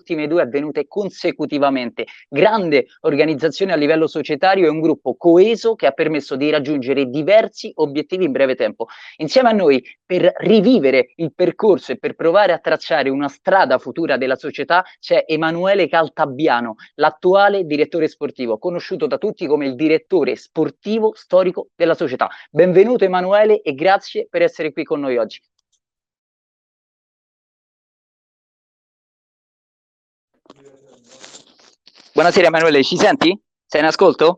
ultime 2 avvenute consecutivamente. Grande organizzazione a livello societario e un gruppo coeso che ha permesso di raggiungere diversi obiettivi in breve tempo. Insieme a noi, per rivivere il percorso e per provare a tracciare una strada futura della società, c'è Emanuele Caltabiano, l'attuale direttore sportivo, conosciuto da tutti come il direttore sportivo storico della società. Benvenuto Emanuele e grazie per essere qui con noi oggi. Buonasera Emanuele, ci senti? Sei in ascolto?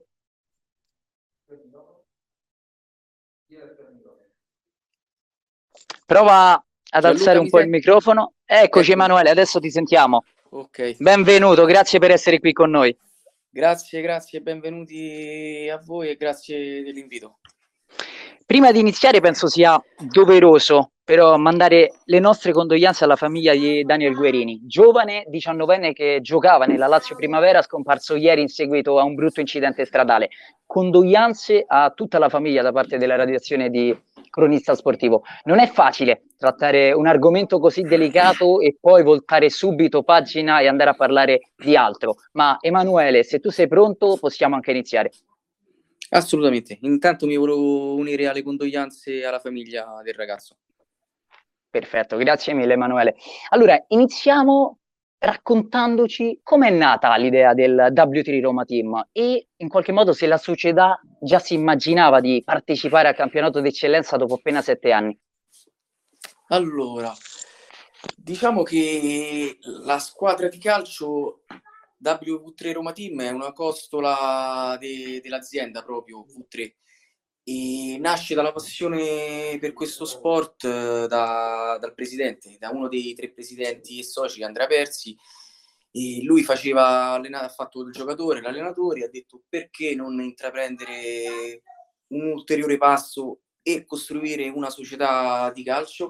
Prova ad alzare Gianluca, un mi po' il senti? microfono. Eccoci Eccomi. Emanuele, adesso ti sentiamo. Ok. Benvenuto, grazie per essere qui con noi. Grazie, benvenuti a voi e grazie dell'invito. Prima di iniziare penso sia doveroso però mandare le nostre condoglianze alla famiglia di Daniel Guerini, giovane 19enne che giocava nella Lazio Primavera, scomparso ieri in seguito a un brutto incidente stradale. Condoglianze a tutta la famiglia da parte della redazione di Cronista Sportivo. Non è facile trattare un argomento così delicato e poi voltare subito pagina e andare a parlare di altro. Ma Emanuele, se tu sei pronto, possiamo anche iniziare. Assolutamente. Intanto mi volevo unire alle condoglianze alla famiglia del ragazzo. Perfetto, grazie mille Emanuele. Allora, iniziamo raccontandoci com'è nata l'idea del W3 Roma Team e in qualche modo se la società già si immaginava di partecipare al campionato d'eccellenza dopo appena 7 anni. Allora, diciamo che la squadra di calcio W3 Roma Team è una costola dell'azienda proprio V3 e nasce dalla passione per questo sport dal presidente, da uno dei 3 presidenti e soci, Andrea Persi. E lui ha fatto il giocatore, l'allenatore, ha detto perché non intraprendere un ulteriore passo e costruire una società di calcio.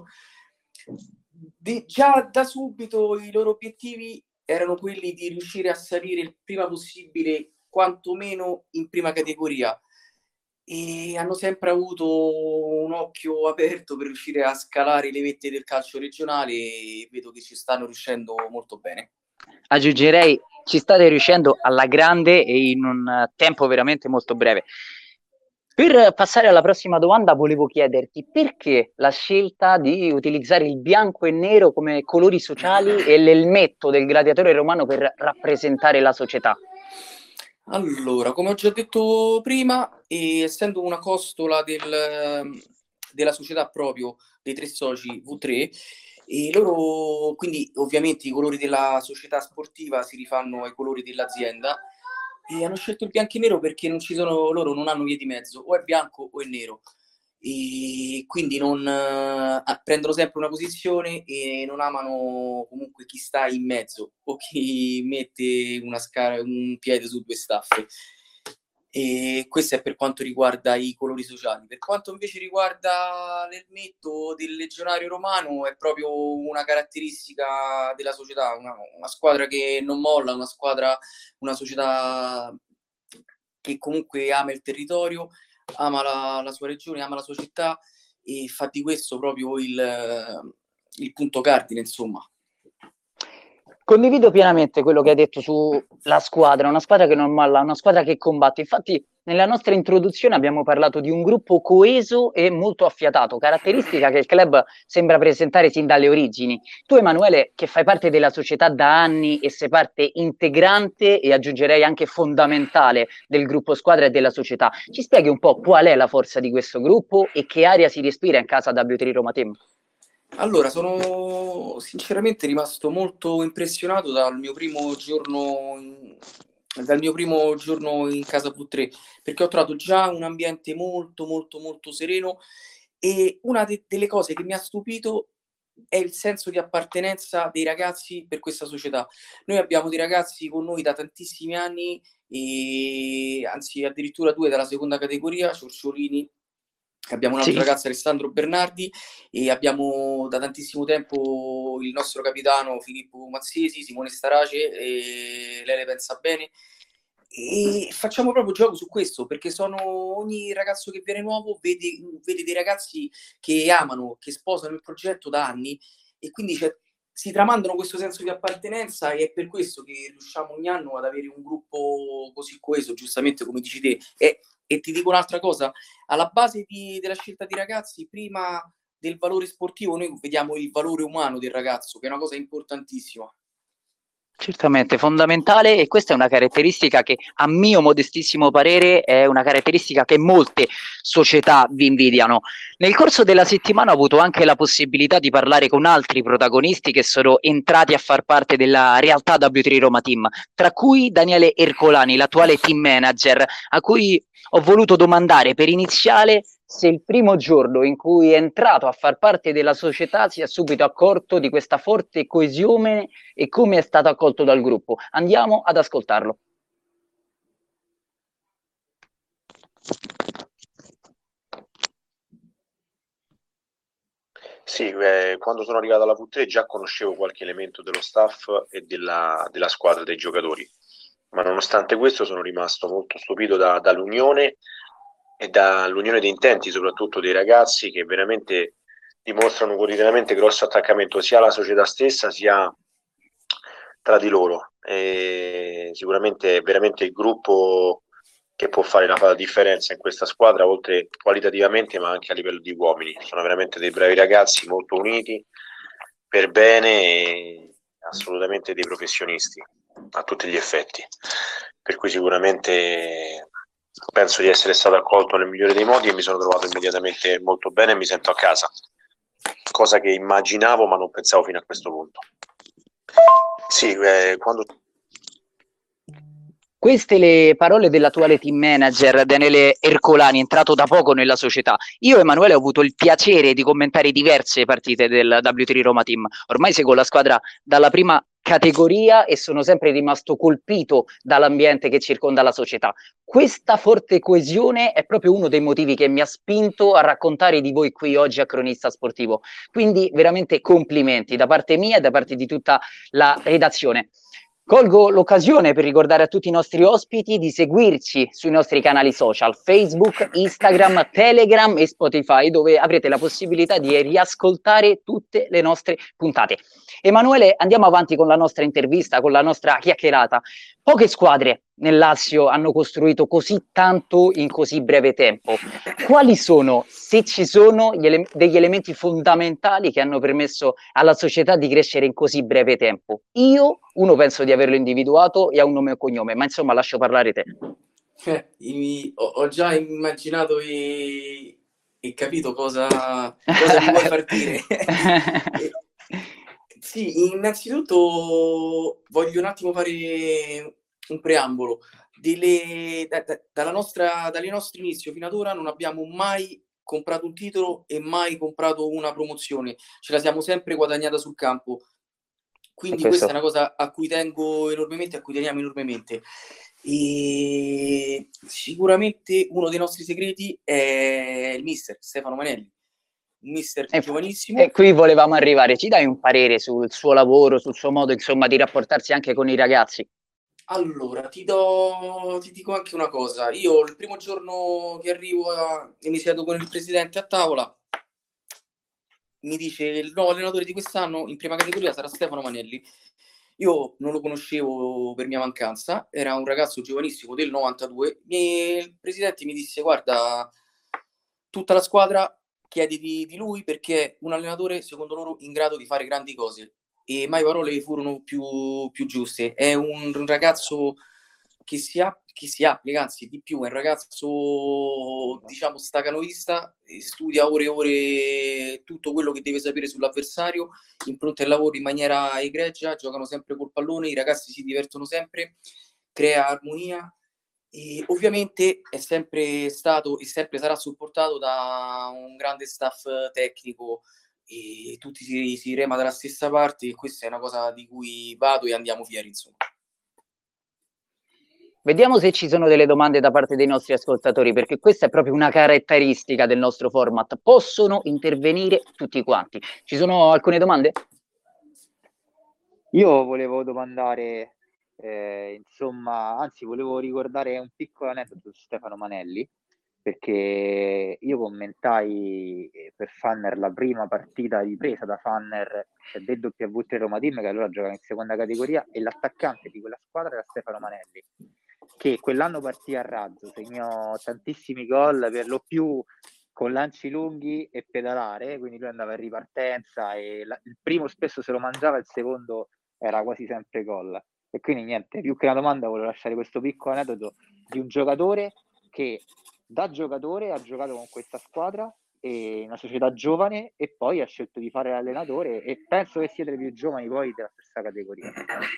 Già da subito i loro obiettivi erano quelli di riuscire a salire il prima possibile, quantomeno in prima categoria, e hanno sempre avuto un occhio aperto per riuscire a scalare le vette del calcio regionale e vedo che ci stanno riuscendo molto bene. Aggiungerei, ci state riuscendo alla grande e in un tempo veramente molto breve. Per passare alla prossima domanda, volevo chiederti perché la scelta di utilizzare il bianco e nero come colori sociali e l'elmetto del gladiatore romano per rappresentare la società? Allora, come ho già detto prima, essendo una costola della società proprio dei 3 soci V3, e loro, quindi ovviamente i colori della società sportiva si rifanno ai colori dell'azienda, e hanno scelto il bianco e nero perché loro non hanno vie di mezzo, o è bianco o è nero. E quindi prendono sempre una posizione e non amano comunque chi sta in mezzo o chi mette un piede su 2 staffe. E questo è per quanto riguarda i colori sociali. Per quanto invece riguarda l'elmetto del legionario romano, è proprio una caratteristica della società, una squadra che non molla, una società che comunque ama il territorio, ama la sua regione, ama la sua città e fa di questo proprio il punto cardine, insomma. Condivido pienamente quello che hai detto sulla squadra, una squadra che non molla, una squadra che combatte. Infatti, nella nostra introduzione abbiamo parlato di un gruppo coeso e molto affiatato, caratteristica che il club sembra presentare sin dalle origini. Tu, Emanuele, che fai parte della società da anni e sei parte integrante e aggiungerei anche fondamentale del gruppo squadra e della società, ci spieghi un po' qual è la forza di questo gruppo e che aria si respira in casa W3 Roma Team? Allora, sono sinceramente rimasto molto impressionato dal mio primo giorno in casa V3, perché ho trovato già un ambiente molto sereno e una delle cose che mi ha stupito è il senso di appartenenza dei ragazzi per questa società. Noi abbiamo dei ragazzi con noi da tantissimi anni, anzi addirittura 2 dalla seconda categoria, Ciorciolini. Abbiamo un altro Sì. ragazzo, Alessandro Bernardi, e abbiamo da tantissimo tempo il nostro capitano Filippo Mazzesi, Simone Starace, e lei le pensa bene. E facciamo proprio gioco su questo, perché ogni ragazzo che viene nuovo vede dei ragazzi che amano, che sposano il progetto da anni, e quindi c'è si tramandano questo senso di appartenenza, e è per questo che riusciamo ogni anno ad avere un gruppo così coeso, giustamente come dici te. E ti dico un'altra cosa, alla base della scelta dei ragazzi, prima del valore sportivo, noi vediamo il valore umano del ragazzo, che è una cosa importantissima. Certamente fondamentale, e questa è una caratteristica che, a mio modestissimo parere, è una caratteristica che molte società vi invidiano. Nel corso della settimana ho avuto anche la possibilità di parlare con altri protagonisti che sono entrati a far parte della realtà W3 Roma Team, tra cui Daniele Ercolani, l'attuale team manager, a cui ho voluto domandare per iniziale se il primo giorno in cui è entrato a far parte della società si è subito accorto di questa forte coesione e come è stato accolto dal gruppo. Andiamo ad ascoltarlo. Sì, quando sono arrivato alla V3 già conoscevo qualche elemento dello staff e della squadra, dei giocatori, ma nonostante questo sono rimasto molto stupito dall'unione e dall'unione di intenti, soprattutto dei ragazzi, che veramente dimostrano quotidianamente grosso attaccamento sia alla società stessa sia tra di loro. E sicuramente è veramente il gruppo che può fare la differenza in questa squadra, oltre qualitativamente ma anche a livello di uomini. Sono veramente dei bravi ragazzi, molto uniti, per bene, e assolutamente dei professionisti a tutti gli effetti. Per cui sicuramente penso di essere stato accolto nel migliore dei modi e mi sono trovato immediatamente molto bene e mi sento a casa, cosa che immaginavo ma non pensavo fino a questo punto. Sì, quando... Queste le parole dell'attuale team manager Daniele Ercolani, entrato da poco nella società. Io, Emanuele, ho avuto il piacere di commentare diverse partite del W3 Roma Team. Ormai seguo la squadra dalla prima categoria e sono sempre rimasto colpito dall'ambiente che circonda la società. Questa forte coesione è proprio uno dei motivi che mi ha spinto a raccontare di voi qui oggi a Cronista Sportivo. Quindi veramente complimenti da parte mia e da parte di tutta la redazione. Colgo l'occasione per ricordare a tutti i nostri ospiti di seguirci sui nostri canali social, Facebook, Instagram, Telegram e Spotify, dove avrete la possibilità di riascoltare tutte le nostre puntate. Emanuele, andiamo avanti con la nostra intervista, con la nostra chiacchierata. Poche squadre nel Lazio hanno costruito così tanto in così breve tempo. Quali sono, se ci sono, degli elementi fondamentali che hanno permesso alla società di crescere in così breve tempo? Io, uno, penso di averlo individuato e ha un nome e cognome, ma insomma lascio parlare te. Ho già immaginato e capito cosa mi vuoi far dire. Sì, innanzitutto voglio un attimo fare un preambolo. Dalle nostre inizi fino ad ora non abbiamo mai comprato un titolo e mai comprato una promozione. Ce la siamo sempre guadagnata sul campo. Quindi questa è una cosa a cui tengo enormemente, a cui teniamo enormemente. E sicuramente uno dei nostri segreti è il mister Stefano Manelli, un mister giovanissimo. E qui volevamo arrivare. Ci dai un parere sul suo lavoro, sul suo modo, insomma, di rapportarsi anche con i ragazzi? Allora, ti dico anche una cosa. Io il primo giorno che arrivo e mi siedo con il presidente a tavola, mi dice il nuovo allenatore di quest'anno in prima categoria sarà Stefano Manelli. Io non lo conoscevo per mia mancanza, era un ragazzo giovanissimo del 92 e il presidente mi disse: guarda, tutta la squadra chiede di lui perché è un allenatore secondo loro in grado di fare grandi cose. E mai parole furono più giuste. È un ragazzo che si applica, anzi di più, è un ragazzo, diciamo, stacanoista, studia ore e ore tutto quello che deve sapere sull'avversario, impronta il lavoro in maniera egregia, giocano sempre col pallone, i ragazzi si divertono sempre, crea armonia e ovviamente è sempre stato e sempre sarà supportato da un grande staff tecnico e tutti si rema dalla stessa parte, e questa è una cosa di cui vado e andiamo fieri, insomma. Vediamo se ci sono delle domande da parte dei nostri ascoltatori, perché questa è proprio una caratteristica del nostro format. Possono intervenire tutti quanti. Ci sono alcune domande? Io volevo domandare, insomma, anzi volevo ricordare un piccolo aneddoto su Stefano Manelli, perché io commentai per Fanner la prima partita ripresa da Fanner del WW3 Roma Team, che allora giocava in seconda categoria, e l'attaccante di quella squadra era Stefano Manelli, che quell'anno partì a razzo, segnò tantissimi gol, per lo più con lanci lunghi e pedalare, quindi lui andava in ripartenza e il primo spesso se lo mangiava, il secondo era quasi sempre gol. E quindi niente, più che una domanda volevo lasciare questo piccolo aneddoto di un giocatore che da giocatore ha giocato con questa squadra e una società giovane, e poi ha scelto di fare l'allenatore, e penso che sia tra i più giovani poi della stessa categoria.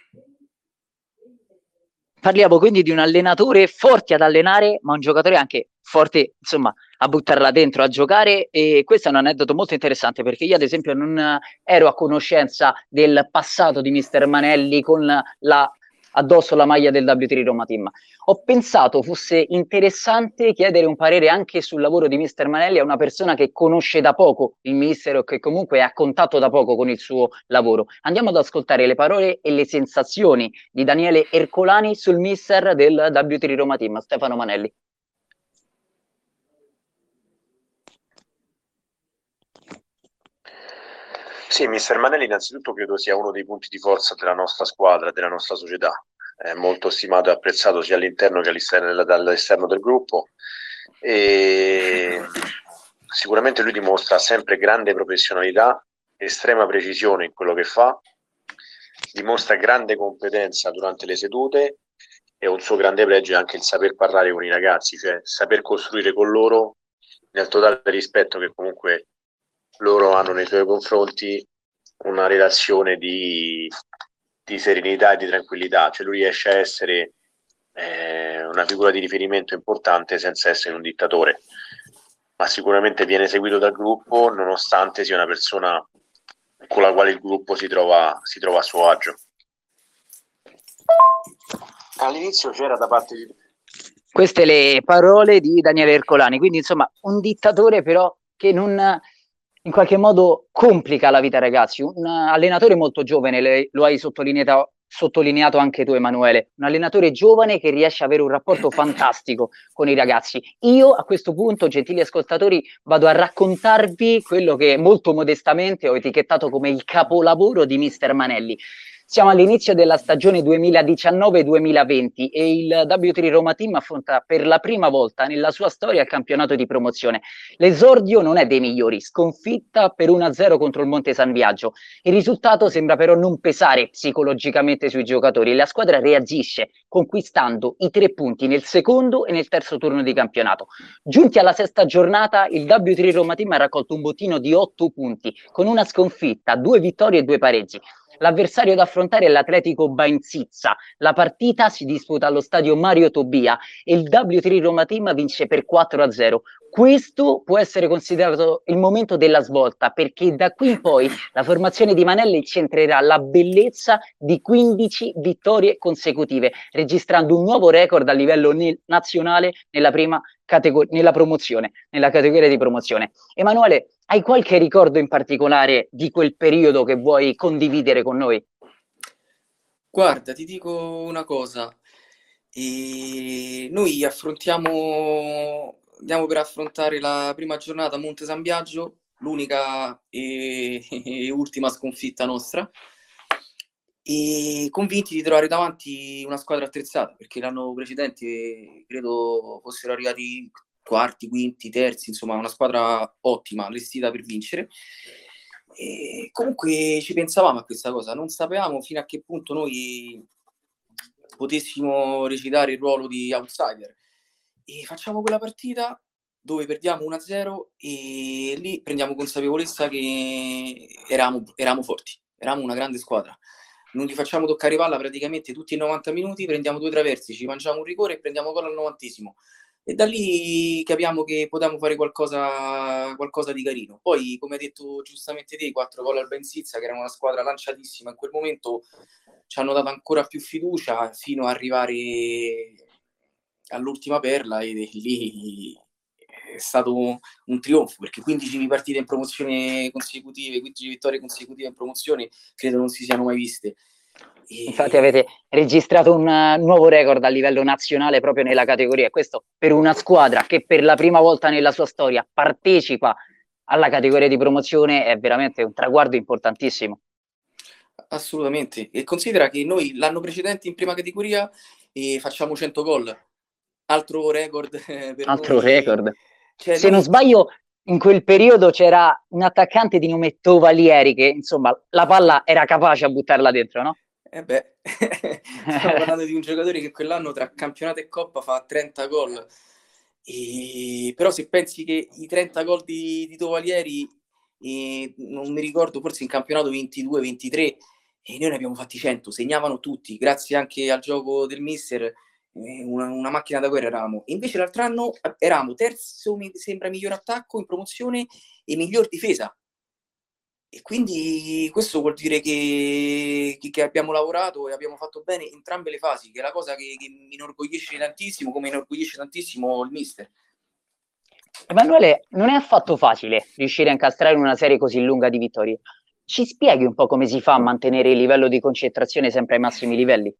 Parliamo quindi di un allenatore forte ad allenare, ma un giocatore anche forte, insomma, a buttarla dentro, a giocare. E questo è un aneddoto molto interessante, perché io ad esempio non ero a conoscenza del passato di Mister Manelli con addosso la maglia del W3 Roma Team. Ho pensato fosse interessante chiedere un parere anche sul lavoro di Mister Manelli a una persona che conosce da poco il mister o che comunque è a contatto da poco con il suo lavoro. Andiamo ad ascoltare le parole e le sensazioni di Daniele Ercolani sul mister del W3 Roma Team, Stefano Manelli. Sì, mister Manelli innanzitutto credo sia uno dei punti di forza della nostra squadra, della nostra società. È molto stimato e apprezzato sia all'interno che all'esterno del gruppo, e sicuramente lui dimostra sempre grande professionalità, estrema precisione in quello che fa, dimostra grande competenza durante le sedute, e un suo grande pregio è anche il saper parlare con i ragazzi, cioè saper costruire con loro, nel totale rispetto che comunque loro hanno nei suoi confronti, una relazione di serenità e di tranquillità. Cioè lui riesce a essere una figura di riferimento importante senza essere un dittatore, ma sicuramente viene seguito dal gruppo, nonostante sia una persona con la quale il gruppo si trova a suo agio. All'inizio c'era da parte di... Queste le parole di Daniele Ercolani, quindi insomma un dittatore però che non in qualche modo complica la vita ai ragazzi, un allenatore molto giovane, lo hai sottolineato anche tu Emanuele, un allenatore giovane che riesce ad avere un rapporto fantastico con i ragazzi. Io a questo punto, gentili ascoltatori, vado a raccontarvi quello che molto modestamente ho etichettato come il capolavoro di Mister Manelli. Siamo all'inizio della stagione 2019-2020 e il W3 Roma Team affronta per la prima volta nella sua storia il campionato di promozione. L'esordio non è dei migliori, sconfitta per 1-0 contro il Monte San Biagio. Il risultato sembra però non pesare psicologicamente sui giocatori. La squadra reagisce conquistando i 3 punti nel secondo e nel terzo turno di campionato. Giunti alla sesta giornata, il W3 Roma Team ha raccolto un bottino di 8 punti con una sconfitta, 2 vittorie e 2 pareggi. L'avversario da affrontare è l'Atletico Bainzizza. La partita si disputa allo stadio Mario Tobia e il W3 Roma Team vince per 4-0. Questo può essere considerato il momento della svolta, perché da qui in poi la formazione di Manelli centrerà la bellezza di 15 vittorie consecutive, registrando un nuovo record a livello nazionale nella promozione, nella categoria di promozione. Emanuele, hai qualche ricordo in particolare di quel periodo che vuoi condividere con noi? Guarda, ti dico una cosa. Noi andiamo per affrontare la prima giornata a Monte San Biagio, l'unica e ultima sconfitta nostra, e convinti di trovare davanti una squadra attrezzata, perché l'anno precedente credo fossero arrivati quarti, quinti, terzi, insomma una squadra ottima, allestita per vincere. E comunque ci pensavamo a questa cosa, non sapevamo fino a che punto noi potessimo recitare il ruolo di outsider, e facciamo quella partita dove perdiamo 1-0 e lì prendiamo consapevolezza che eravamo forti, eravamo una grande squadra. Non gli facciamo toccare palla praticamente tutti i 90 minuti, prendiamo 2 traversi, ci mangiamo un rigore e prendiamo gol al 90esimo. E da lì capiamo che potevamo fare qualcosa di carino. Poi, come hai detto giustamente te, 4 gol al Benzizza, che era una squadra lanciatissima in quel momento, ci hanno dato ancora più fiducia fino ad arrivare all'ultima perla, e lì è stato un trionfo, perché 15 partite in promozione consecutive, 15 vittorie consecutive in promozione, credo non si siano mai viste. Infatti avete registrato un nuovo record a livello nazionale proprio nella categoria. Questo per una squadra che per la prima volta nella sua storia partecipa alla categoria di promozione è veramente un traguardo importantissimo. Assolutamente. E considera che noi l'anno precedente in prima categoria facciamo 100 gol. Altro record per Altro noi. record. Cioè, Se non sbaglio, in quel periodo c'era un attaccante di nome Tovalieri che, insomma, la palla era capace a buttarla dentro, no? Stiamo parlando di un giocatore che quell'anno tra campionato e coppa fa 30 gol. Però se pensi che i 30 gol di Tovalieri, non mi ricordo, forse in campionato 22-23, e noi ne abbiamo fatti 100, segnavano tutti, grazie anche al gioco del mister, una macchina da guerra eravamo. E invece l'altro anno eravamo terzo, mi sembra, miglior attacco in promozione e miglior difesa. E quindi questo vuol dire che abbiamo lavorato e abbiamo fatto bene entrambe le fasi, che è la cosa che mi inorgoglisce tantissimo, come inorgoglisce tantissimo il mister. Emanuele, non è affatto facile riuscire a incastrare una serie così lunga di vittorie. Ci spieghi un po' come si fa a mantenere il livello di concentrazione sempre ai massimi livelli?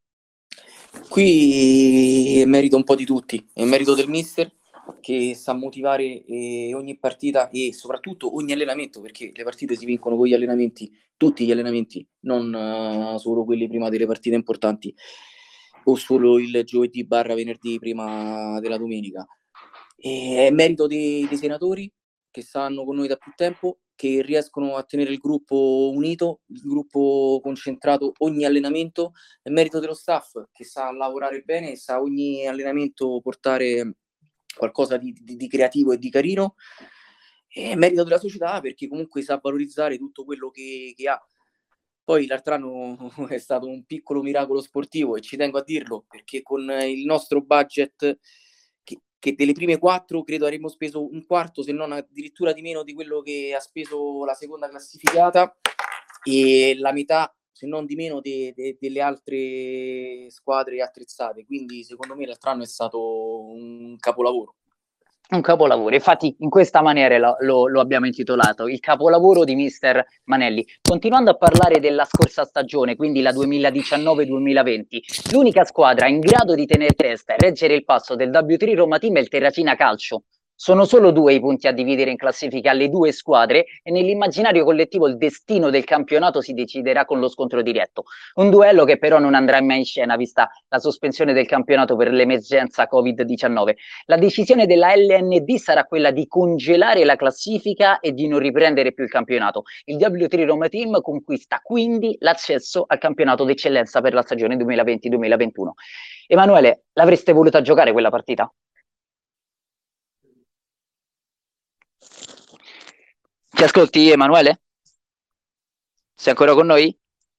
Qui è merito un po' di tutti, è merito del mister che sa motivare ogni partita e soprattutto ogni allenamento, perché le partite si vincono con gli allenamenti, tutti gli allenamenti, non solo quelli prima delle partite importanti o solo il giovedì / venerdì prima della domenica. E è merito dei senatori che stanno con noi da più tempo, che riescono a tenere il gruppo unito, il gruppo concentrato ogni allenamento. È merito dello staff che sa lavorare bene e sa ogni allenamento portare qualcosa di creativo e di carino. E è merito della società perché comunque sa valorizzare tutto quello che ha. Poi l'altro anno è stato un piccolo miracolo sportivo e ci tengo a dirlo, perché con il nostro budget che delle prime 4 credo avremmo speso un quarto, se non addirittura di meno di quello che ha speso la seconda classificata e la metà, se non di meno, delle altre squadre attrezzate. Quindi secondo me l'altro anno è stato un capolavoro. Un capolavoro, infatti in questa maniera lo abbiamo intitolato, il capolavoro di mister Manelli. Continuando a parlare della scorsa stagione, quindi la 2019-2020, l'unica squadra in grado di tenere testa e reggere il passo del W3 Roma Team è il Terracina Calcio. Sono solo 2 i punti a dividere in classifica alle 2 squadre e nell'immaginario collettivo il destino del campionato si deciderà con lo scontro diretto. Un duello che però non andrà mai in scena vista la sospensione del campionato per l'emergenza Covid-19. La decisione della LND sarà quella di congelare la classifica e di non riprendere più il campionato. Il W3 Roma Team conquista quindi l'accesso al campionato d'eccellenza per la stagione 2020-2021. Emanuele, l'avreste voluta giocare quella partita? Ci ascolti, Emanuele? Sei ancora con noi?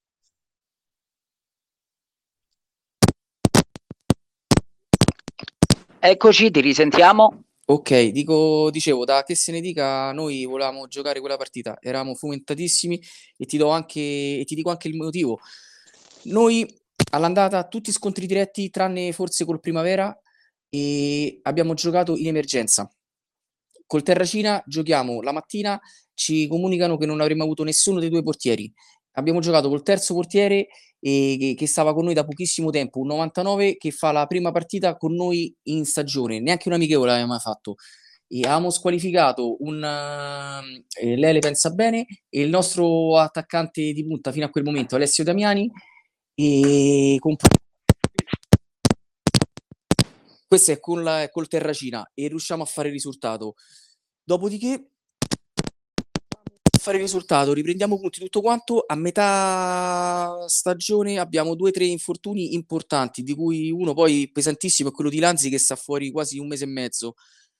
Eccoci, ti risentiamo. Ok, dicevo, da che se ne dica, noi volevamo giocare quella partita, eravamo fomentatissimi e ti dico anche il motivo. Noi all'andata tutti scontri diretti tranne forse col Primavera e abbiamo giocato in emergenza. Col Terracina giochiamo la mattina, ci comunicano che non avremmo avuto nessuno dei 2 portieri. Abbiamo giocato col terzo portiere che stava con noi da pochissimo tempo, un 99 che fa la prima partita con noi in stagione, neanche un amichevole aveva mai fatto. E avevamo squalificato Lele pensa bene e il nostro attaccante di punta fino a quel momento, Alessio Damiani, e questo è col Terracina e riusciamo a fare il risultato. Dopodiché fare il risultato, riprendiamo punti tutto quanto, a metà stagione abbiamo 2-3 infortuni importanti, di cui uno poi pesantissimo è quello di Lanzi che sta fuori quasi un mese e mezzo.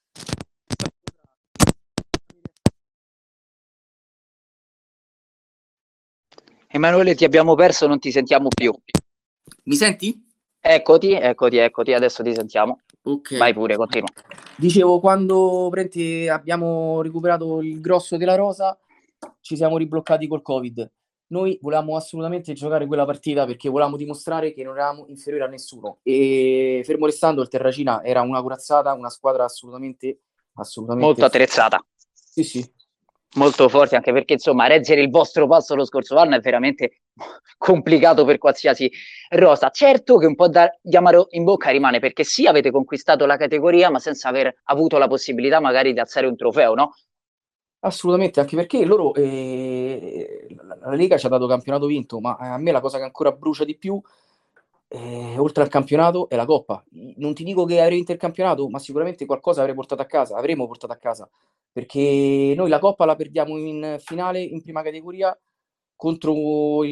Emanuele, ti abbiamo perso, non ti sentiamo più. Mi senti? Eccoti, adesso ti sentiamo. Ok. Vai pure, continua. Dicevo, quando abbiamo recuperato il grosso della rosa, ci siamo ribloccati col Covid. Noi volevamo assolutamente giocare quella partita perché volevamo dimostrare che non eravamo inferiori a nessuno. E fermo restando, il Terracina era una corazzata, una squadra assolutamente molto attrezzata. Sì. molto forti, anche perché insomma reggere il vostro passo lo scorso anno è veramente complicato per qualsiasi rosa. Certo che un po' di amaro in bocca rimane, perché sì, avete conquistato la categoria, ma senza aver avuto la possibilità magari di alzare un trofeo, no? Assolutamente, anche perché loro, la Lega ci ha dato campionato vinto, ma a me la cosa che ancora brucia di più, oltre al campionato, è la Coppa. Non ti dico che avrei vinto il campionato, ma sicuramente qualcosa avrei portato a casa, avremmo portato a casa, perché noi la Coppa la perdiamo in finale, in prima categoria, contro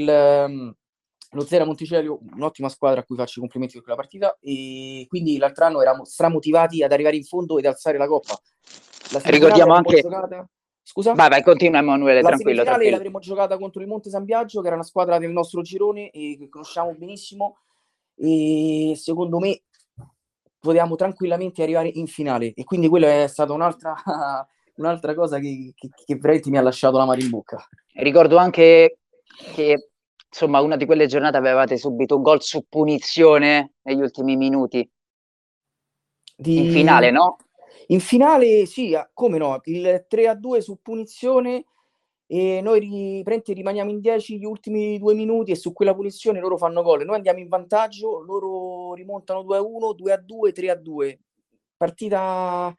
lo Zera Monticello, un'ottima squadra a cui faccio i complimenti per quella partita, e quindi l'altro anno eravamo stramotivati ad arrivare in fondo ed alzare la Coppa. La semifinale Ricordiamo l'avremmo anche... giocata... Scusa? Vai, continua Emanuele, La tranquillo, semifinale tranquillo. l'avremmo giocata contro il Monte San Biagio, che era una squadra del nostro girone e che conosciamo benissimo, e secondo me potevamo tranquillamente arrivare in finale, e quindi quella è stata un'altra cosa che veramente mi ha lasciato l'amaro in bocca. Ricordo anche che insomma una di quelle giornate avevate subito un gol su punizione negli ultimi minuti in finale, no? In finale, sì, come no, il 3-2 su punizione, e noi rimaniamo in 10 gli ultimi 2 minuti, e su quella punizione loro fanno gol. Noi andiamo in vantaggio, loro rimontano 2-1, 2-2, 3-2. Partita...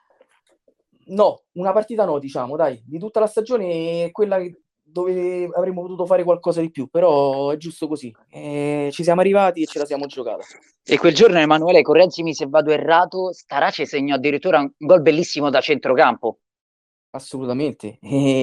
No, una partita no, diciamo, dai. Di tutta la stagione è quella dove avremmo potuto fare qualcosa di più, però è giusto così. Ci siamo arrivati e ce la siamo giocata. E quel giorno, Emanuele, correggimi se vado errato, Starace segnò addirittura un gol bellissimo da centrocampo. Assolutamente.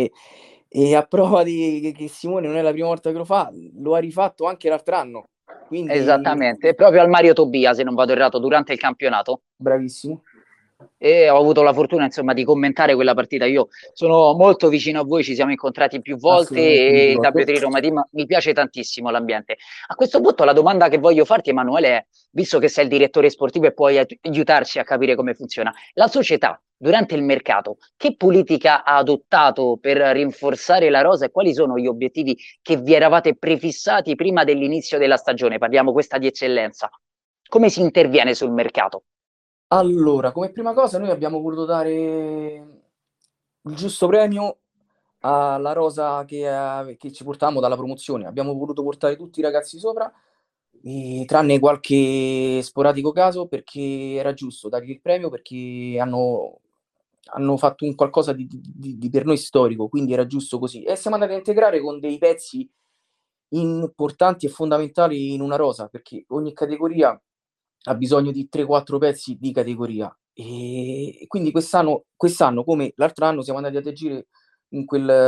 E a prova che Simone non è la prima volta che lo fa, lo ha rifatto anche l'altro anno. Quindi, Esattamente, proprio al Mario Tobia, se non vado errato, durante il campionato. bravissimo. E ho avuto la fortuna insomma di commentare quella partita. Io sono molto vicino a voi, ci siamo incontrati più volte Assolutamente, mi e il ricordo. WT Roma Team mi piace tantissimo l'ambiente. A questo punto la domanda che voglio farti, Emanuele, è, visto che sei il direttore sportivo e puoi aiutarci a capire come funziona, la società durante il mercato che politica ha adottato per rinforzare la rosa e quali sono gli obiettivi che vi eravate prefissati prima dell'inizio della stagione? Parliamo questa di eccellenza. Come si interviene sul mercato? Allora, come prima cosa, noi abbiamo voluto dare il giusto premio alla rosa che ci portavamo dalla promozione. Abbiamo voluto portare tutti i ragazzi sopra, tranne qualche sporadico caso, perché era giusto dargli il premio, perché hanno fatto un qualcosa di per noi storico, quindi era giusto così. E siamo andati a integrare con dei pezzi importanti e fondamentali in una rosa, perché ogni categoria ha bisogno di 3-4 pezzi di categoria. E quindi quest'anno, come l'altro anno, siamo andati ad agire in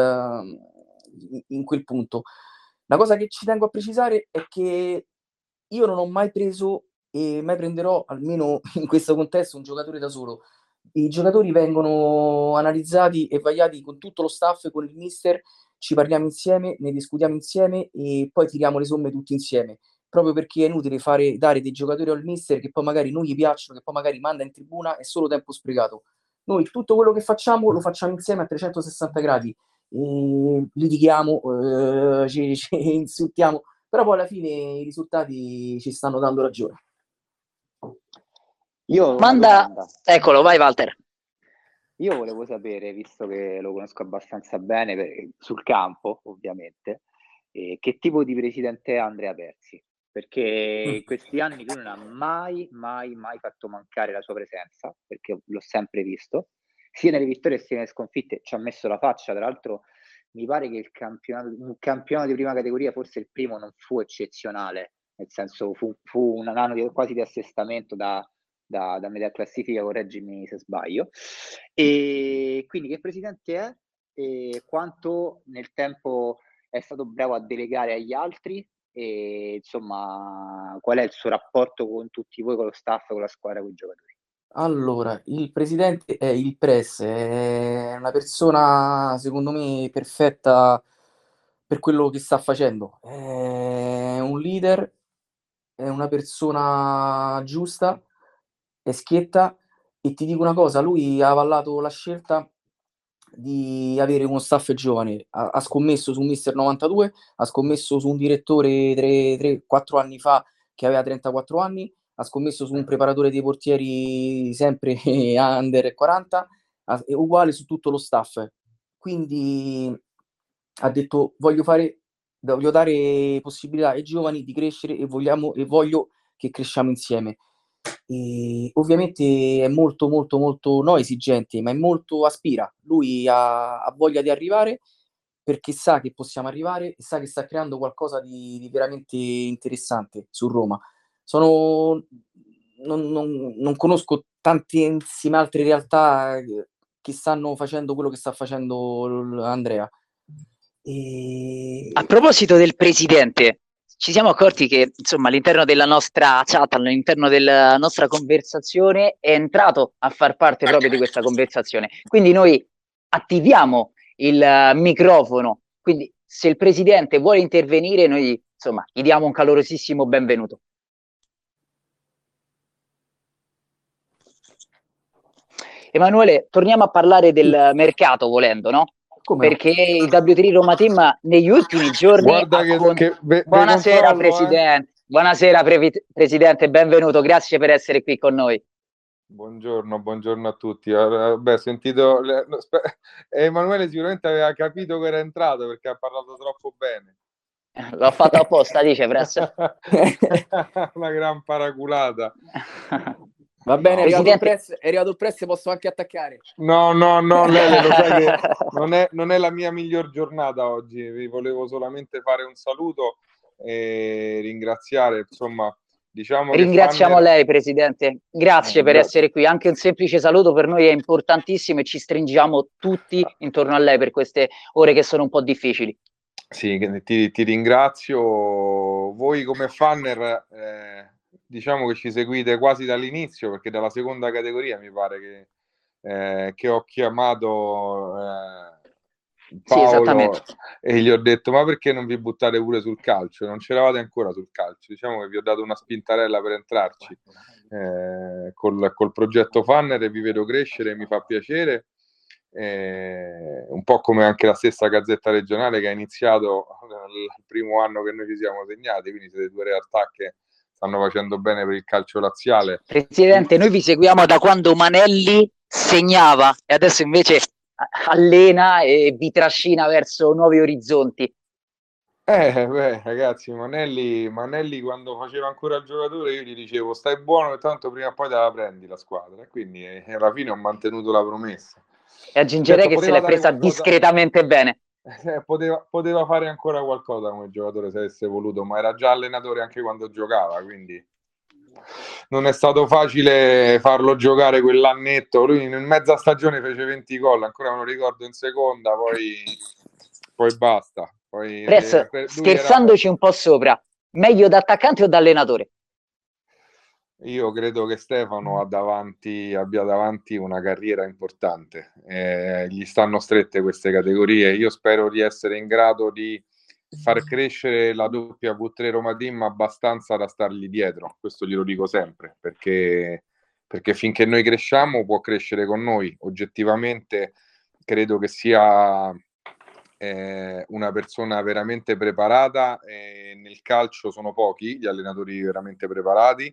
quel punto. La cosa che ci tengo a precisare è che io non ho mai preso e mai prenderò, almeno in questo contesto, un giocatore da solo. I giocatori vengono analizzati e vagliati con tutto lo staff, con il mister, ci parliamo insieme, ne discutiamo insieme e poi tiriamo le somme tutti insieme, proprio perché è inutile dare dei giocatori al mister che poi magari non gli piacciono, che poi magari manda in tribuna, è solo tempo sprecato. Noi tutto quello che facciamo lo facciamo insieme a 360 gradi, litighiamo, ci insultiamo, però poi alla fine i risultati ci stanno dando ragione. Io ho una Manda, domanda. eccolo, vai Walter. Io volevo sapere, visto che lo conosco abbastanza bene, sul campo ovviamente, che tipo di presidente è Andrea Persi, perché in questi anni lui non ha mai fatto mancare la sua presenza, perché l'ho sempre visto, sia nelle vittorie sia nelle sconfitte, ci ha messo la faccia. Tra l'altro mi pare che un campionato di prima categoria, forse il primo, non fu eccezionale, nel senso fu un anno quasi di assestamento da metà classifica, correggimi se sbaglio. E quindi che presidente è e quanto nel tempo è stato bravo a delegare agli altri, e insomma qual è il suo rapporto con tutti voi, con lo staff, con la squadra, con i giocatori? Allora, il presidente è il press, è una persona secondo me perfetta per quello che sta facendo. È un leader, è una persona giusta, è schietta, e ti dico una cosa, lui ha avallato la scelta di avere uno staff giovane, ha scommesso su Mister 92, ha scommesso su un direttore 4 anni fa che aveva 34 anni, ha scommesso su un preparatore dei portieri sempre under 40, è uguale su tutto lo staff. quindi ha detto voglio dare possibilità ai giovani di crescere e voglio che cresciamo insieme. E ovviamente è molto molto molto no esigente, ma è molto aspira. Lui ha voglia di arrivare perché sa che possiamo arrivare e sa che sta creando qualcosa di veramente interessante su Roma. Non conosco tantissime altre realtà che stanno facendo quello che sta facendo Andrea. A proposito del presidente, ci siamo accorti che insomma all'interno della nostra chat, all'interno della nostra conversazione è entrato a far parte proprio di questa conversazione. Quindi noi attiviamo il microfono, quindi se il presidente vuole intervenire noi insomma gli diamo un calorosissimo benvenuto. Emanuele, torniamo a parlare del mercato volendo, no? Perché il W3 Roma Team negli ultimi giorni buonasera presidente, buonasera presidente, benvenuto, grazie per essere qui con noi. Buongiorno a tutti. Beh, sentito Emanuele sicuramente aveva capito che era entrato perché ha parlato troppo bene. L'ho fatto apposta, dice Press. Una gran paraculata. Va bene, è arrivato il press, posso anche attaccare. No, Lele, lo sai che non è la mia miglior giornata oggi. Vi volevo solamente fare un saluto e ringraziare, insomma, diciamo ringraziamo che lei presidente, grazie per essere qui, anche un semplice saluto per noi è importantissimo e ci stringiamo tutti intorno a lei per queste ore che sono un po' difficili. Sì, ti ringrazio. Voi come Fanner diciamo che ci seguite quasi dall'inizio, perché dalla seconda categoria mi pare che ho chiamato Paolo e gli ho detto ma perché non vi buttate pure sul calcio? Non c'eravate ancora sul calcio, diciamo che vi ho dato una spintarella per entrarci col progetto Fanner e vi vedo crescere, mi fa piacere, un po' come anche la stessa Gazzetta Regionale che ha iniziato il primo anno che noi ci siamo segnati, quindi siete due realtà che stanno facendo bene per il calcio laziale. Presidente, noi vi seguiamo da quando Manelli segnava e adesso invece allena e vi trascina verso nuovi orizzonti. Ragazzi, Manelli quando faceva ancora il giocatore io gli dicevo stai buono e tanto prima o poi te la prendi la squadra, e quindi alla fine ho mantenuto la promessa. E aggiungerei che se l'è presa discretamente bene. Poteva fare ancora qualcosa come giocatore se avesse voluto, ma era già allenatore anche quando giocava, quindi non è stato facile farlo giocare quell'annetto. Lui in mezza stagione fece 20 gol, ancora me lo ricordo, in seconda, poi basta. Scherzandoci un po' sopra, meglio da attaccante o da allenatore? Io credo che Stefano abbia davanti una carriera importante, gli stanno strette queste categorie. Io spero di essere in grado di far crescere la W3 Roma Team abbastanza da stargli dietro, questo glielo dico sempre, perché finché noi cresciamo può crescere con noi. Oggettivamente credo che sia una persona veramente preparata, nel calcio sono pochi gli allenatori veramente preparati,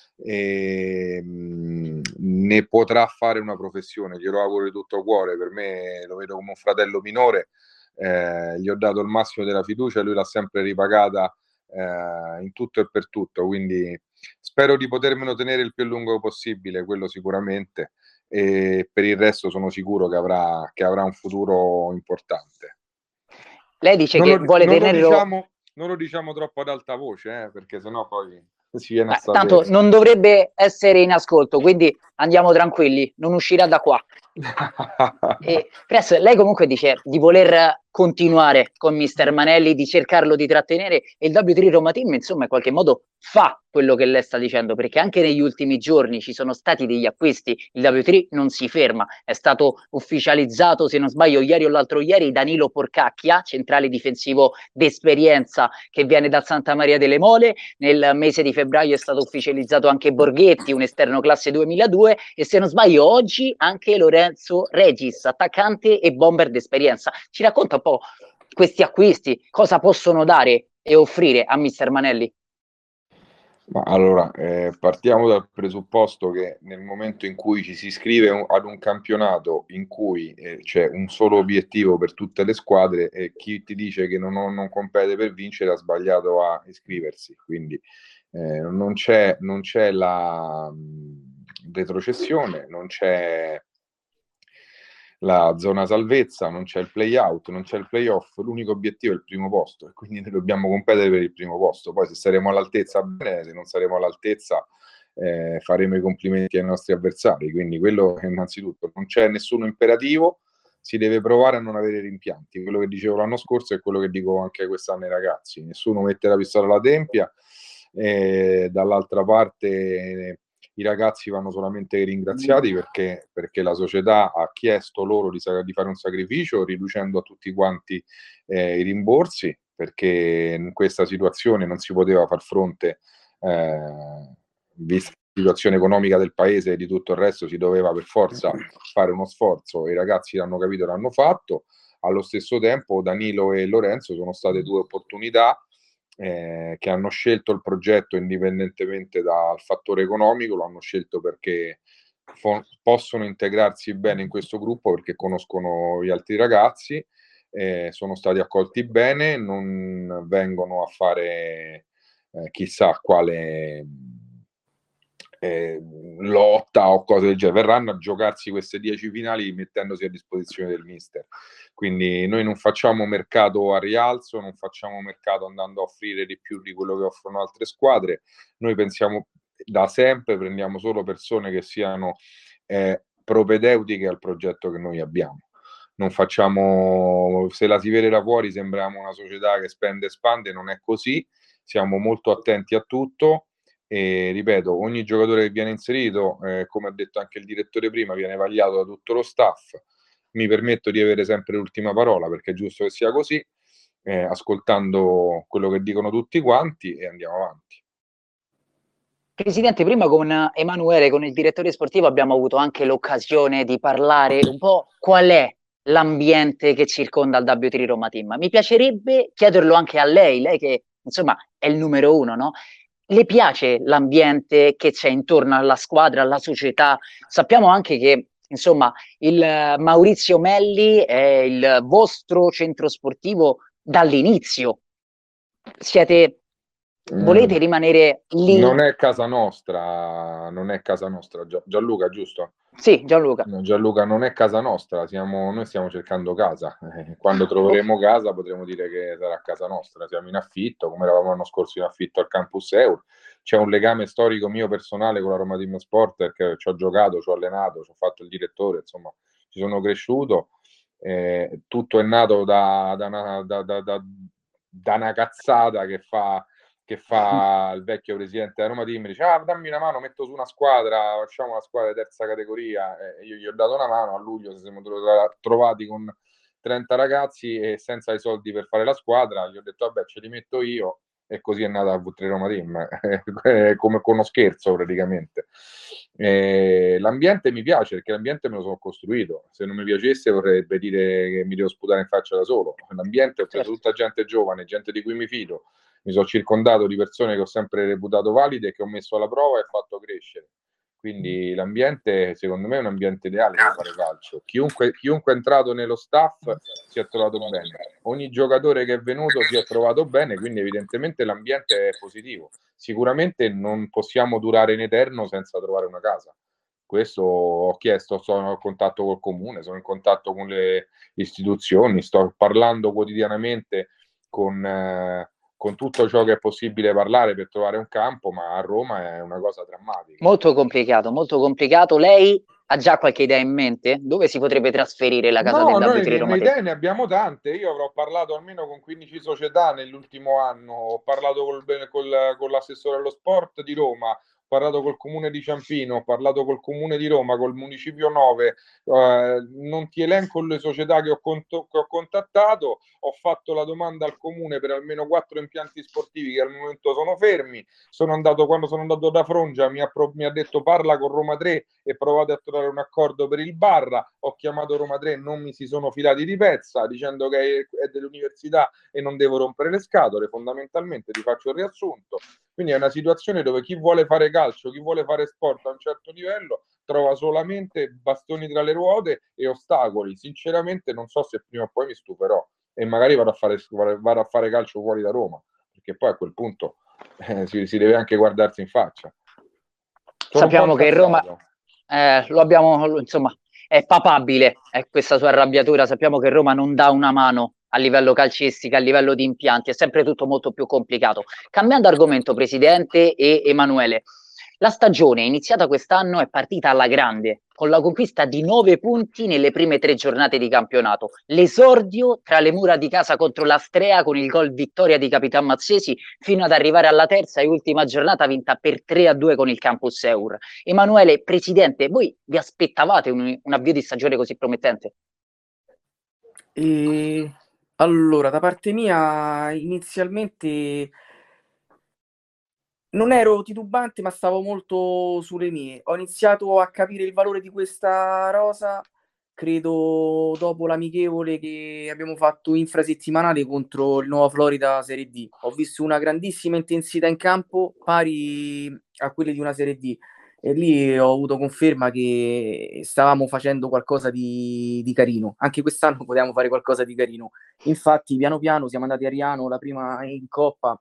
ne potrà fare una professione, glielo auguro di tutto cuore, per me lo vedo come un fratello minore, gli ho dato il massimo della fiducia, lui l'ha sempre ripagata in tutto e per tutto, quindi spero di potermelo tenere il più a lungo possibile, quello sicuramente, e per il resto sono sicuro che avrà un futuro importante. Lei dice che vuole tenerlo... Non lo diciamo troppo ad alta voce, perché sennò poi si viene a sapere. Tanto non dovrebbe essere in ascolto, quindi andiamo tranquilli, non uscirà da qua. Press, lei comunque dice di voler continuare con Mister Manelli, di cercarlo di trattenere, e il W3 Roma Team insomma in qualche modo fa quello che lei sta dicendo, perché anche negli ultimi giorni ci sono stati degli acquisti, il W3 non si ferma, è stato ufficializzato, se non sbaglio ieri o l'altro ieri, Danilo Porcacchia, centrale difensivo d'esperienza che viene da Santa Maria delle Mole. Nel mese di febbraio è stato ufficializzato anche Borghetti, un esterno classe 2002, e se non sbaglio oggi anche Lorenzo Regis, attaccante e bomber d'esperienza. Ci racconta un po' questi acquisti, cosa possono dare e offrire a Mister Manelli? Ma allora, partiamo dal presupposto che nel momento in cui ci si iscrive ad un campionato in cui c'è un solo obiettivo per tutte le squadre, e chi ti dice che non compete per vincere ha sbagliato a iscriversi. Quindi non c'è la retrocessione, non c'è la zona salvezza, non c'è il play-out, non c'è il play-off, l'unico obiettivo è il primo posto e quindi noi dobbiamo competere per il primo posto. Poi se saremo all'altezza bene, se non saremo all'altezza faremo i complimenti ai nostri avversari, quindi quello è innanzitutto. Non c'è nessuno imperativo, si deve provare a non avere rimpianti. Quello che dicevo l'anno scorso è quello che dico anche quest'anno ai ragazzi: nessuno mette la pistola alla tempia, dall'altra parte i ragazzi vanno solamente ringraziati perché la società ha chiesto loro di fare un sacrificio, riducendo a tutti quanti i rimborsi, perché in questa situazione non si poteva far fronte, vista la situazione economica del paese e di tutto il resto, si doveva per forza fare uno sforzo, e i ragazzi l'hanno capito e l'hanno fatto. Allo stesso tempo Danilo e Lorenzo sono state due opportunità che hanno scelto il progetto indipendentemente dal fattore economico, lo hanno scelto perché possono integrarsi bene in questo gruppo, perché conoscono gli altri ragazzi, sono stati accolti bene, non vengono a fare chissà quale lotta o cose del genere, verranno a giocarsi queste 10 finali mettendosi a disposizione del mister. Quindi noi non facciamo mercato a rialzo, non facciamo mercato andando a offrire di più di quello che offrono altre squadre. Noi pensiamo da sempre, prendiamo solo persone che siano propedeutiche al progetto che noi abbiamo. Non facciamo, se la si vede da fuori sembriamo una società che spende e spande, non è così, siamo molto attenti a tutto. E ripeto, ogni giocatore che viene inserito, come ha detto anche il direttore prima, viene vagliato da tutto lo staff. Mi permetto di avere sempre l'ultima parola perché è giusto che sia così, ascoltando quello che dicono tutti quanti, e andiamo avanti. Presidente, prima con Emanuele, con il direttore sportivo, abbiamo avuto anche l'occasione di parlare un po' qual è l'ambiente che circonda il W3 Roma Team. Mi piacerebbe chiederlo anche a lei che insomma è il numero uno, no? Le piace l'ambiente che c'è intorno alla squadra, alla società? Sappiamo anche che insomma il Maurizio Melli è il vostro centro sportivo dall'inizio. Volete rimanere lì? Non è casa nostra, Gianluca, giusto? Sì, Gianluca. No, Gianluca, non è casa nostra, noi stiamo cercando casa. Quando troveremo casa potremo dire che sarà casa nostra. Siamo in affitto, come eravamo l'anno scorso in affitto al Campus Eur. C'è un legame storico mio personale con la Roma Team Sport, perché ci ho giocato, ci ho allenato, ci ho fatto il direttore, insomma, ci sono cresciuto. Tutto è nato da una cazzata che fa il vecchio presidente della Roma Team, dice: dammi una mano, metto su una squadra, facciamo una squadra di terza categoria. Io gli ho dato una mano, a luglio ci siamo trovati con 30 ragazzi e senza i soldi per fare la squadra. Gli ho detto: vabbè, ce li metto io, e così è nata la V3 Roma Team, come con uno scherzo praticamente. L'ambiente mi piace perché l'ambiente me lo sono costruito. Se non mi piacesse vorrebbe dire che mi devo sputare in faccia da solo. L'ambiente ho preso tutta gente giovane, gente di cui mi fido. Mi sono circondato di persone che ho sempre reputato valide e che ho messo alla prova e fatto crescere. Quindi l'ambiente, secondo me, è un ambiente ideale per fare calcio. Chiunque è entrato nello staff si è trovato bene. Ogni giocatore che è venuto si è trovato bene, quindi evidentemente l'ambiente è positivo. Sicuramente non possiamo durare in eterno senza trovare una casa. Questo ho chiesto, sono in contatto col comune, sono in contatto con le istituzioni, sto parlando quotidianamente con tutto ciò che è possibile parlare per trovare un campo, ma a Roma è una cosa drammatica. Molto complicato, molto complicato. Lei ha già qualche idea in mente? Dove si potrebbe trasferire la casa del W3 Roma? Noi idee ne abbiamo tante. Io avrò parlato almeno con 15 società nell'ultimo anno, ho parlato con l'assessore allo sport di Roma, ho parlato col comune di Ciampino, ho parlato col comune di Roma, col municipio 9, non ti elenco le società che ho contattato, ho fatto la domanda al comune per almeno 4 impianti sportivi che al momento sono fermi, quando sono andato da Frongia mi ha detto parla con Roma 3 e provate a trovare un accordo per il Barra, ho chiamato Roma 3, non mi si sono filati di pezza dicendo che è dell'università e non devo rompere le scatole, fondamentalmente ti faccio il riassunto. Quindi è una situazione dove chi vuole fare calcio, chi vuole fare sport a un certo livello trova solamente bastoni tra le ruote e ostacoli. Sinceramente non so se prima o poi mi stuferò e magari vado a fare calcio fuori da Roma, perché poi a quel punto si deve anche guardarsi in faccia. Sappiamo che Roma lo abbiamo, insomma, è papabile questa sua arrabbiatura. Sappiamo che Roma non dà una mano a livello calcistico, a livello di impianti, è sempre tutto molto più complicato. Cambiando argomento, Presidente e Emanuele, la stagione iniziata quest'anno è partita alla grande, con la conquista di 9 punti nelle prime 3 giornate di campionato. L'esordio tra le mura di casa contro l'Astrea con il gol vittoria di Capitan Mazzesi fino ad arrivare alla terza e ultima giornata vinta per 3-2 con il Campus Eur. Emanuele, Presidente, voi vi aspettavate un avvio di stagione così promettente? Allora, da parte mia, inizialmente non ero titubante, ma stavo molto sulle mie. Ho iniziato a capire il valore di questa rosa, credo, dopo l'amichevole che abbiamo fatto infrasettimanale contro il Nuova Florida Serie D. Ho visto una grandissima intensità in campo, pari a quelle di una Serie D. E lì ho avuto conferma che stavamo facendo qualcosa di carino. Anche quest'anno potevamo fare qualcosa di carino. Infatti, piano piano siamo andati a Riano, la prima in Coppa,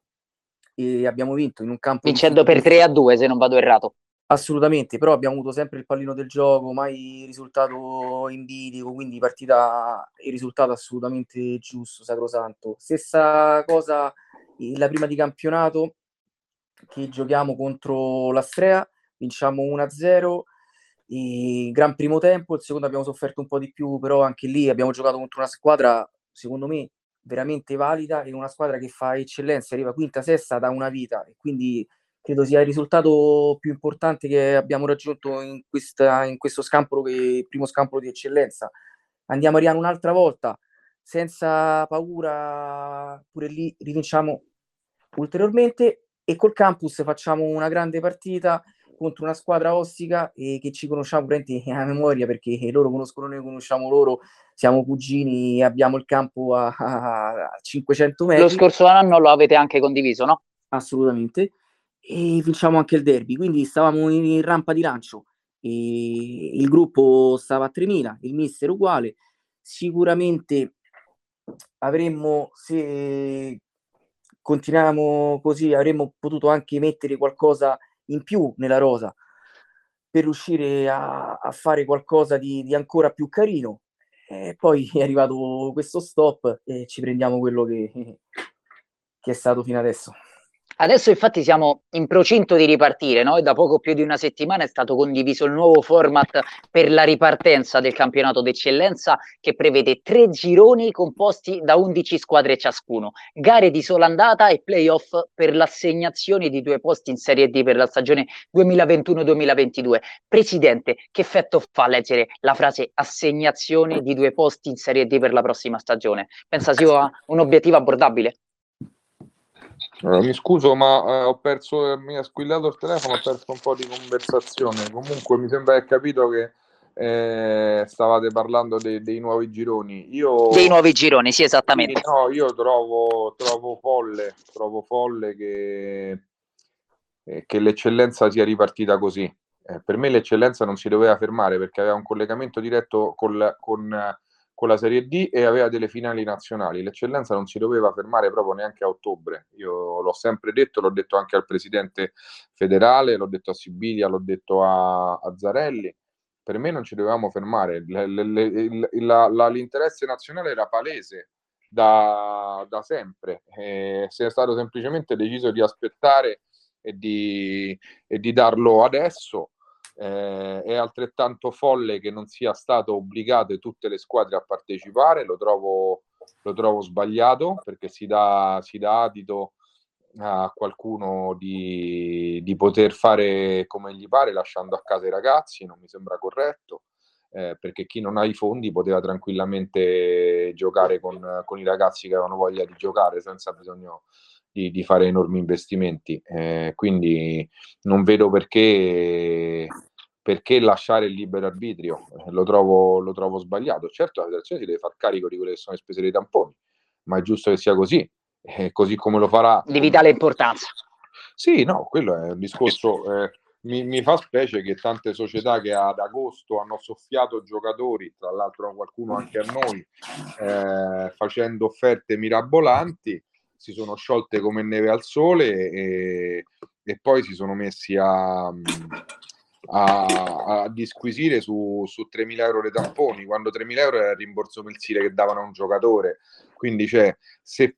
e abbiamo vinto in un campo vincendo per 3-2, se non vado errato. Assolutamente, però abbiamo avuto sempre il pallino del gioco, mai risultato in bilico, quindi partita e risultato assolutamente giusto, sacrosanto. Stessa cosa la prima di campionato che giochiamo contro l'Astrea, vinciamo 1-0, gran primo tempo, il secondo abbiamo sofferto un po' di più, però anche lì abbiamo giocato contro una squadra, secondo me, veramente valida e una squadra che fa eccellenza, arriva quinta, sesta da una vita e quindi credo sia il risultato più importante che abbiamo raggiunto in questo scampolo, il primo scampolo di eccellenza. Andiamo a Riano un'altra volta, senza paura, pure lì rivinciamo ulteriormente e col Campus facciamo una grande partita contro una squadra ostica che ci conosciamo praticamente a memoria, perché loro conoscono noi, conosciamo loro, siamo cugini, abbiamo il campo a 500 metri. Lo scorso anno lo avete anche condiviso, no? Assolutamente. E vinciamo anche il derby, quindi stavamo in rampa di lancio. E il gruppo stava a 3.000, il mister uguale. Sicuramente avremmo, se continuiamo così, avremmo potuto anche mettere qualcosa in più nella rosa per riuscire a fare qualcosa di ancora più carino. E poi è arrivato questo stop e ci prendiamo quello che è stato fino adesso. Adesso infatti siamo in procinto di ripartire, no? E da poco più di una settimana è stato condiviso il nuovo format per la ripartenza del campionato d'eccellenza, che prevede 3 gironi composti da 11 squadre ciascuno, gare di sola andata e playoff per l'assegnazione di 2 posti in Serie D per la stagione 2021-2022. Presidente, che effetto fa leggere la frase assegnazione di 2 posti in Serie D per la prossima stagione? Pensa sia un obiettivo abbordabile? Mi scuso, ma mi ha squillato il telefono, ho perso un po' di conversazione. Comunque mi sembra che capito che stavate parlando dei nuovi gironi. Dei nuovi gironi, sì, esattamente. Sì, no, io trovo folle che l'eccellenza sia ripartita così. Per me l'eccellenza non si doveva fermare perché aveva un collegamento diretto con la Serie D e aveva delle finali nazionali. L'eccellenza non si doveva fermare proprio neanche a ottobre. Io l'ho sempre detto, l'ho detto anche al presidente federale, l'ho detto a Sibilia, l'ho detto a Zarelli. Per me non ci dovevamo fermare. L'interesse nazionale era palese da sempre. Si è stato semplicemente deciso di aspettare e di darlo adesso. È altrettanto folle che non sia stato obbligate tutte le squadre a partecipare, lo trovo sbagliato perché si dà adito a qualcuno di poter fare come gli pare lasciando a casa i ragazzi, non mi sembra corretto, perché chi non ha i fondi poteva tranquillamente giocare con i ragazzi che avevano voglia di giocare senza bisogno di fare enormi investimenti. Quindi non vedo perché lasciare il libero arbitrio. Lo trovo sbagliato. Certo, la federazione si deve far carico di quelle che sono le spese dei tamponi, ma è giusto che sia così. Così come lo farà. Di vitale importanza. Sì, no, quello è un discorso. Mi fa specie che tante società che ad agosto hanno soffiato giocatori, tra l'altro qualcuno anche a noi, facendo offerte mirabolanti, si sono sciolte come neve al sole e poi si sono messi a disquisire su 3.000 euro dei tamponi, quando 3.000 euro era il rimborso mensile che davano a un giocatore. Quindi se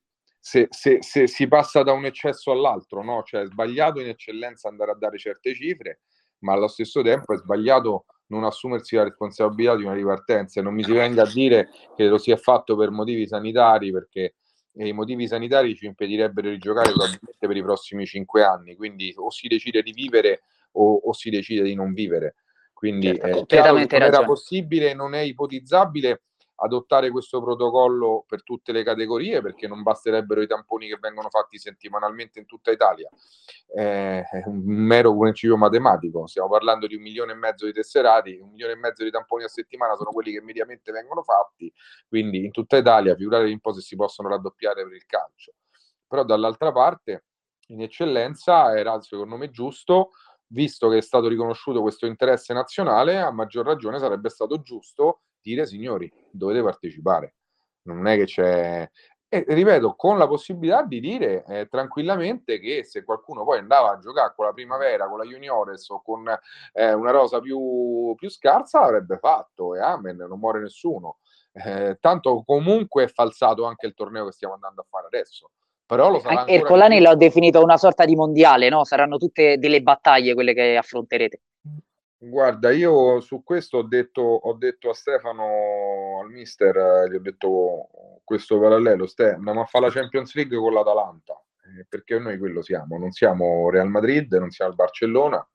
si passa da un eccesso all'altro, no? Cioè è sbagliato in eccellenza andare a dare certe cifre, ma allo stesso tempo è sbagliato non assumersi la responsabilità di una ripartenza. E non mi si venga a dire che lo si è fatto per motivi sanitari, perché i motivi sanitari ci impedirebbero di giocare probabilmente per i prossimi 5 anni, quindi o si decide di vivere o si decide di non vivere. Quindi certo, è chiaro che non era ragione. possibile, non è ipotizzabile adottare questo protocollo per tutte le categorie, perché non basterebbero i tamponi che vengono fatti settimanalmente in tutta Italia. È un mero principio matematico. Stiamo parlando di 1,5 milioni di tesserati, 1,5 milioni di tamponi a settimana sono quelli che mediamente vengono fatti, quindi in tutta Italia, figuratevi un po' se si possono raddoppiare per il calcio. Però dall'altra parte, in eccellenza, era secondo me giusto, visto che è stato riconosciuto questo interesse nazionale, a maggior ragione sarebbe stato giusto dire: signori, dovete partecipare. Non è che c'è... E ripeto, con la possibilità di dire tranquillamente che se qualcuno poi andava a giocare con la Primavera, con la Juniores o con una rosa più scarsa, l'avrebbe fatto e amen, non muore nessuno. Tanto comunque è falsato anche il torneo che stiamo andando a fare adesso. Però lo sarà ancora Ercolani l'ho definito una sorta di mondiale, no? Saranno tutte delle battaglie quelle che affronterete. Guarda, io su questo ho detto a Stefano, al mister, gli ho detto questo parallelo: andiamo a fare la Champions League con l'Atalanta, perché noi quello siamo, non siamo Real Madrid, non siamo il Barcellona,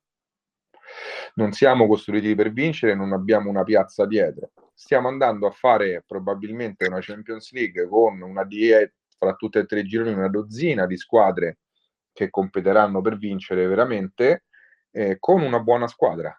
non siamo costruiti per vincere, non abbiamo una piazza dietro. Stiamo andando a fare probabilmente una Champions League con una fra tutte e tre i gironi, una dozzina di squadre che competeranno per vincere veramente, con una buona squadra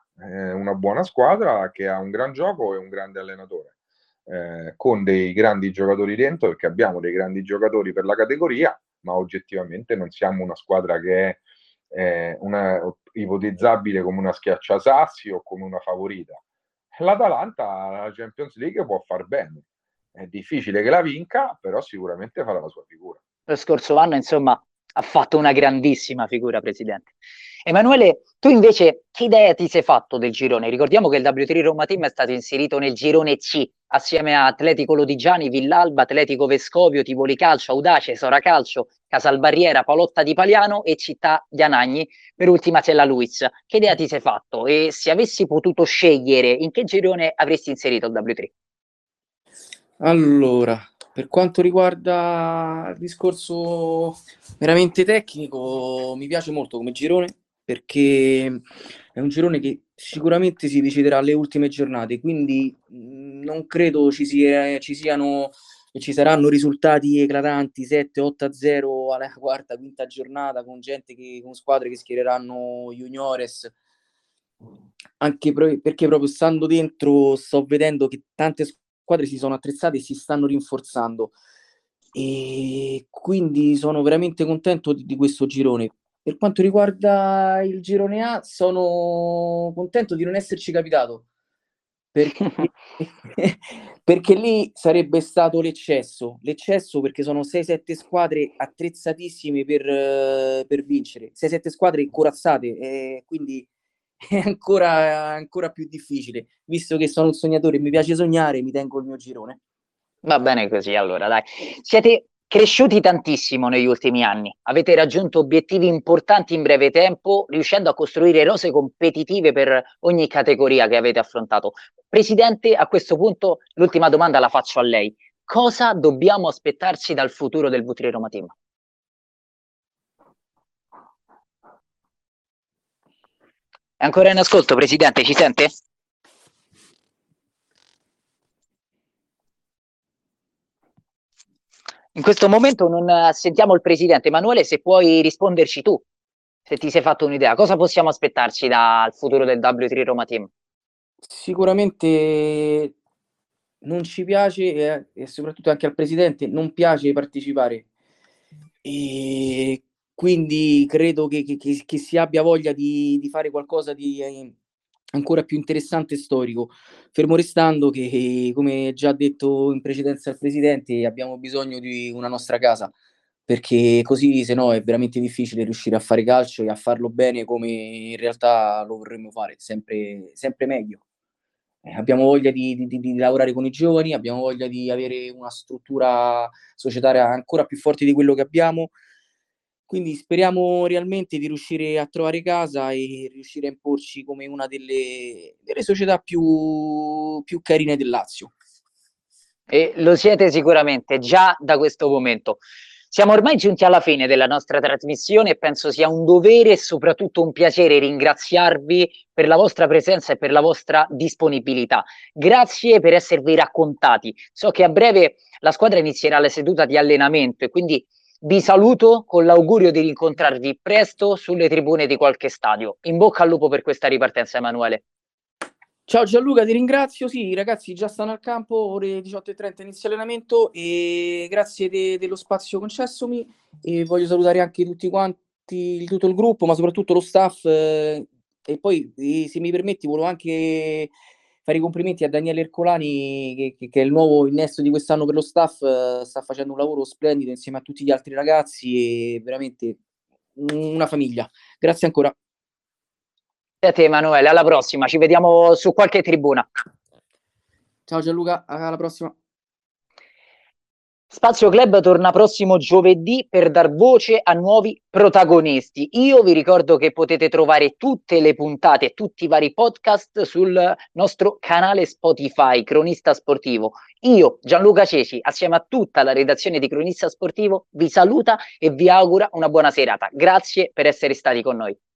che ha un gran gioco e un grande allenatore, con dei grandi giocatori dentro, perché abbiamo dei grandi giocatori per la categoria, ma oggettivamente non siamo una squadra che è ipotizzabile come una schiacciasassi o come una favorita. L'Atalanta la Champions League può far bene, è difficile che la vinca, però sicuramente farà la sua figura. Lo scorso anno, insomma, ha fatto una grandissima figura, Presidente. Emanuele, tu invece che idea ti sei fatto del girone? Ricordiamo che il W3 Roma Team è stato inserito nel girone C, assieme a Atletico Lodigiani, Villalba, Atletico Vescovio, Tivoli Calcio, Audace, Sora Calcio, Casalbarriera, Palotta di Paliano e Città di Anagni. Per ultima c'è la Luiz. Che idea ti sei fatto? E se avessi potuto scegliere, in che girone avresti inserito il W3? Allora, per quanto riguarda il discorso veramente tecnico, mi piace molto come girone, perché è un girone che sicuramente si deciderà alle ultime giornate, quindi non credo ci saranno risultati eclatanti 7-8-0 alla quarta, quinta giornata, con squadre che schiereranno juniores, anche perché proprio stando dentro sto vedendo che tante squadre si sono attrezzate e si stanno rinforzando, e quindi sono veramente contento di questo girone. Per quanto riguarda il girone A, sono contento di non esserci capitato, perché, perché lì sarebbe stato l'eccesso, perché sono 6-7 squadre attrezzatissime per vincere, 6-7 squadre corazzate, quindi è ancora più difficile. Visto che sono un sognatore e mi piace sognare, mi tengo il mio girone. Va bene così, allora dai. Siete cresciuti tantissimo negli ultimi anni, avete raggiunto obiettivi importanti in breve tempo, riuscendo a costruire rose competitive per ogni categoria che avete affrontato. Presidente, a questo punto l'ultima domanda la faccio a lei. Cosa dobbiamo aspettarci dal futuro del V3 Roma Team? È ancora in ascolto, Presidente, ci sente? In questo momento non sentiamo il Presidente. Emanuele, se puoi risponderci tu, se ti sei fatto un'idea, cosa possiamo aspettarci dal futuro del W3 Roma Team? Sicuramente non ci piace e soprattutto anche al presidente non piace partecipare. E quindi credo che si abbia voglia di fare qualcosa di ancora più interessante e storico, fermo restando che, come già detto in precedenza al presidente, abbiamo bisogno di una nostra casa, perché così se no è veramente difficile riuscire a fare calcio e a farlo bene come in realtà lo vorremmo fare, sempre meglio. Abbiamo voglia di lavorare con i giovani, abbiamo voglia di avere una struttura societaria ancora più forte di quello che abbiamo. Quindi speriamo realmente di riuscire a trovare casa e riuscire a imporci come una delle società più carine del Lazio. E lo siete sicuramente già da questo momento. Siamo ormai giunti alla fine della nostra trasmissione e penso sia un dovere e soprattutto un piacere ringraziarvi per la vostra presenza e per la vostra disponibilità. Grazie per esservi raccontati. So che a breve la squadra inizierà la seduta di allenamento e quindi vi saluto con l'augurio di rincontrarvi presto sulle tribune di qualche stadio. In bocca al lupo per questa ripartenza, Emanuele. Ciao Gianluca, ti ringrazio. Sì, i ragazzi già stanno al campo, ore 18:30 inizia l'allenamento e grazie dello spazio concessomi e voglio salutare anche tutti quanti, tutto il gruppo, ma soprattutto lo staff e poi se mi permetti volevo anche fare i complimenti a Daniele Ercolani che è il nuovo innesto di quest'anno per lo staff, sta facendo un lavoro splendido insieme a tutti gli altri ragazzi e veramente una famiglia. Grazie ancora. A te Emanuele, alla prossima, ci vediamo su qualche tribuna. Ciao Gianluca, alla prossima. Spazio Club torna prossimo giovedì per dar voce a nuovi protagonisti. Io vi ricordo che potete trovare tutte le puntate e tutti i vari podcast sul nostro canale Spotify, Cronista Sportivo. Io, Gianluca Ceci, assieme a tutta la redazione di Cronista Sportivo, vi saluta e vi augura una buona serata. Grazie per essere stati con noi.